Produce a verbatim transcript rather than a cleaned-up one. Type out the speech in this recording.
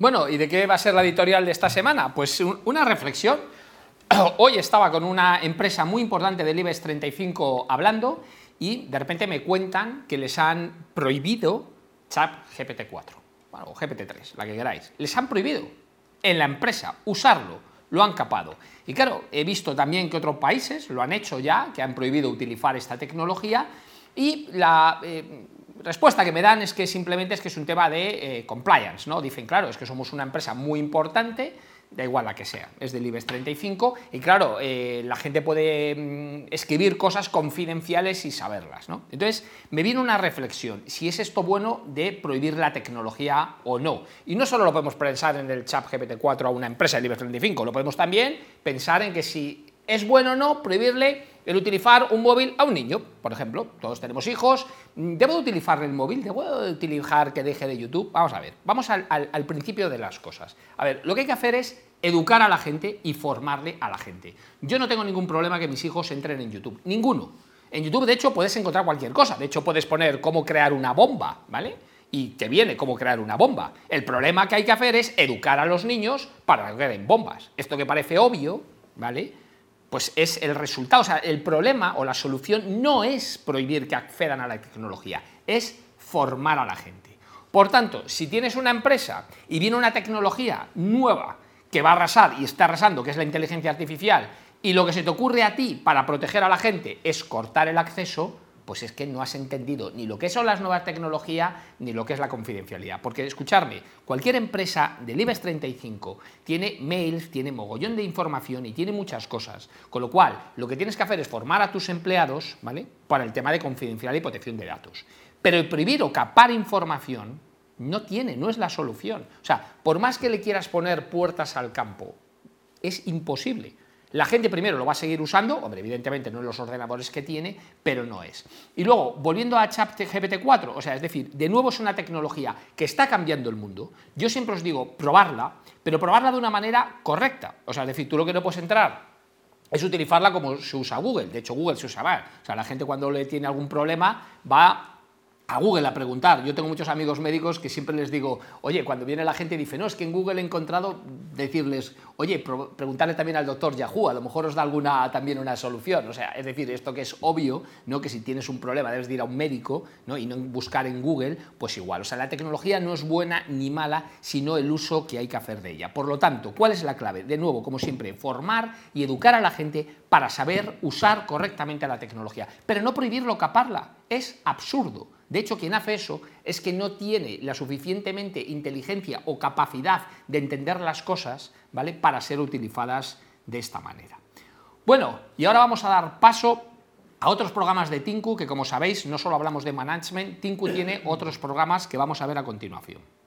Bueno, ¿y de qué va a ser la editorial de esta semana? Pues un, una reflexión. Hoy estaba con una empresa muy importante del IBEX treinta y cinco hablando y de repente me cuentan que les han prohibido ChatGPT cuatro, bueno, o G P T tres, la que queráis. Les han prohibido en la empresa usarlo, lo han capado. Y claro, he visto también que otros países lo han hecho ya, que han prohibido utilizar esta tecnología y la... Eh, respuesta que me dan es que simplemente es que es un tema de eh, compliance, ¿no? Dicen, claro, es que somos una empresa muy importante, da igual la que sea, es del IBEX treinta y cinco, y claro, eh, la gente puede mm, escribir cosas confidenciales y saberlas, ¿no? Entonces, me viene una reflexión, si es esto bueno de prohibir la tecnología o no. Y no solo lo podemos pensar en el ChatGPT cuatro a una empresa del IBEX treinta y cinco, lo podemos también pensar en que si es bueno o no prohibirle el utilizar un móvil a un niño, por ejemplo. Todos tenemos hijos, ¿debo utilizarle el móvil? ¿Debo utilizar que deje de YouTube? Vamos a ver, vamos al, al, al principio de las cosas. A ver, lo que hay que hacer es educar a la gente y formarle a la gente. Yo no tengo ningún problema que mis hijos entren en YouTube, ninguno. En YouTube, de hecho, puedes encontrar cualquier cosa, de hecho, puedes poner cómo crear una bomba, ¿vale? Y te viene cómo crear una bomba. El problema que hay que hacer es educar a los niños para que creen bombas. Esto que parece obvio, ¿vale?, pues es el resultado, o sea, el problema o la solución no es prohibir que accedan a la tecnología, es formar a la gente. Por tanto, si tienes una empresa y viene una tecnología nueva que va a arrasar y está arrasando, que es la inteligencia artificial, y lo que se te ocurre a ti para proteger a la gente es cortar el acceso, pues es que no has entendido ni lo que son las nuevas tecnologías ni lo que es la confidencialidad. Porque, escuchadme, cualquier empresa del IBEX treinta y cinco tiene mails, tiene mogollón de información y tiene muchas cosas. Con lo cual, lo que tienes que hacer es formar a tus empleados, ¿vale?, para el tema de confidencialidad y protección de datos. Pero el prohibir o capar información no tiene, no es la solución. O sea, por más que le quieras poner puertas al campo, es imposible. La gente primero lo va a seguir usando, hombre, evidentemente no en los ordenadores que tiene, pero no es. Y luego, volviendo a ChatGPT cuatro, o sea, es decir, de nuevo es una tecnología que está cambiando el mundo. Yo siempre os digo, probarla, pero probarla de una manera correcta. O sea, es decir, tú lo que no puedes entrar es utilizarla como se usa Google. De hecho, Google se usa mal. O sea, la gente cuando le tiene algún problema va a Google a preguntar. Yo tengo muchos amigos médicos que siempre les digo, oye, cuando viene la gente y dice, no, es que en Google he encontrado, decirles, oye, preguntarle también al doctor Yahoo, a lo mejor os da alguna también una solución. O sea, es decir, esto que es obvio, ¿no?, que si tienes un problema debes de ir a un médico, ¿no?, y no buscar en Google, pues igual. O sea, la tecnología no es buena ni mala, sino el uso que hay que hacer de ella. Por lo tanto, ¿cuál es la clave? De nuevo, como siempre, formar y educar a la gente para saber usar correctamente la tecnología, pero no prohibirlo, caparla. Es absurdo. De hecho, quien hace eso es que no tiene la suficientemente inteligencia o capacidad de entender las cosas, ¿vale?, para ser utilizadas de esta manera. Bueno, y ahora vamos a dar paso a otros programas de Tinku, que como sabéis, no solo hablamos de management, Tinku tiene otros programas que vamos a ver a continuación.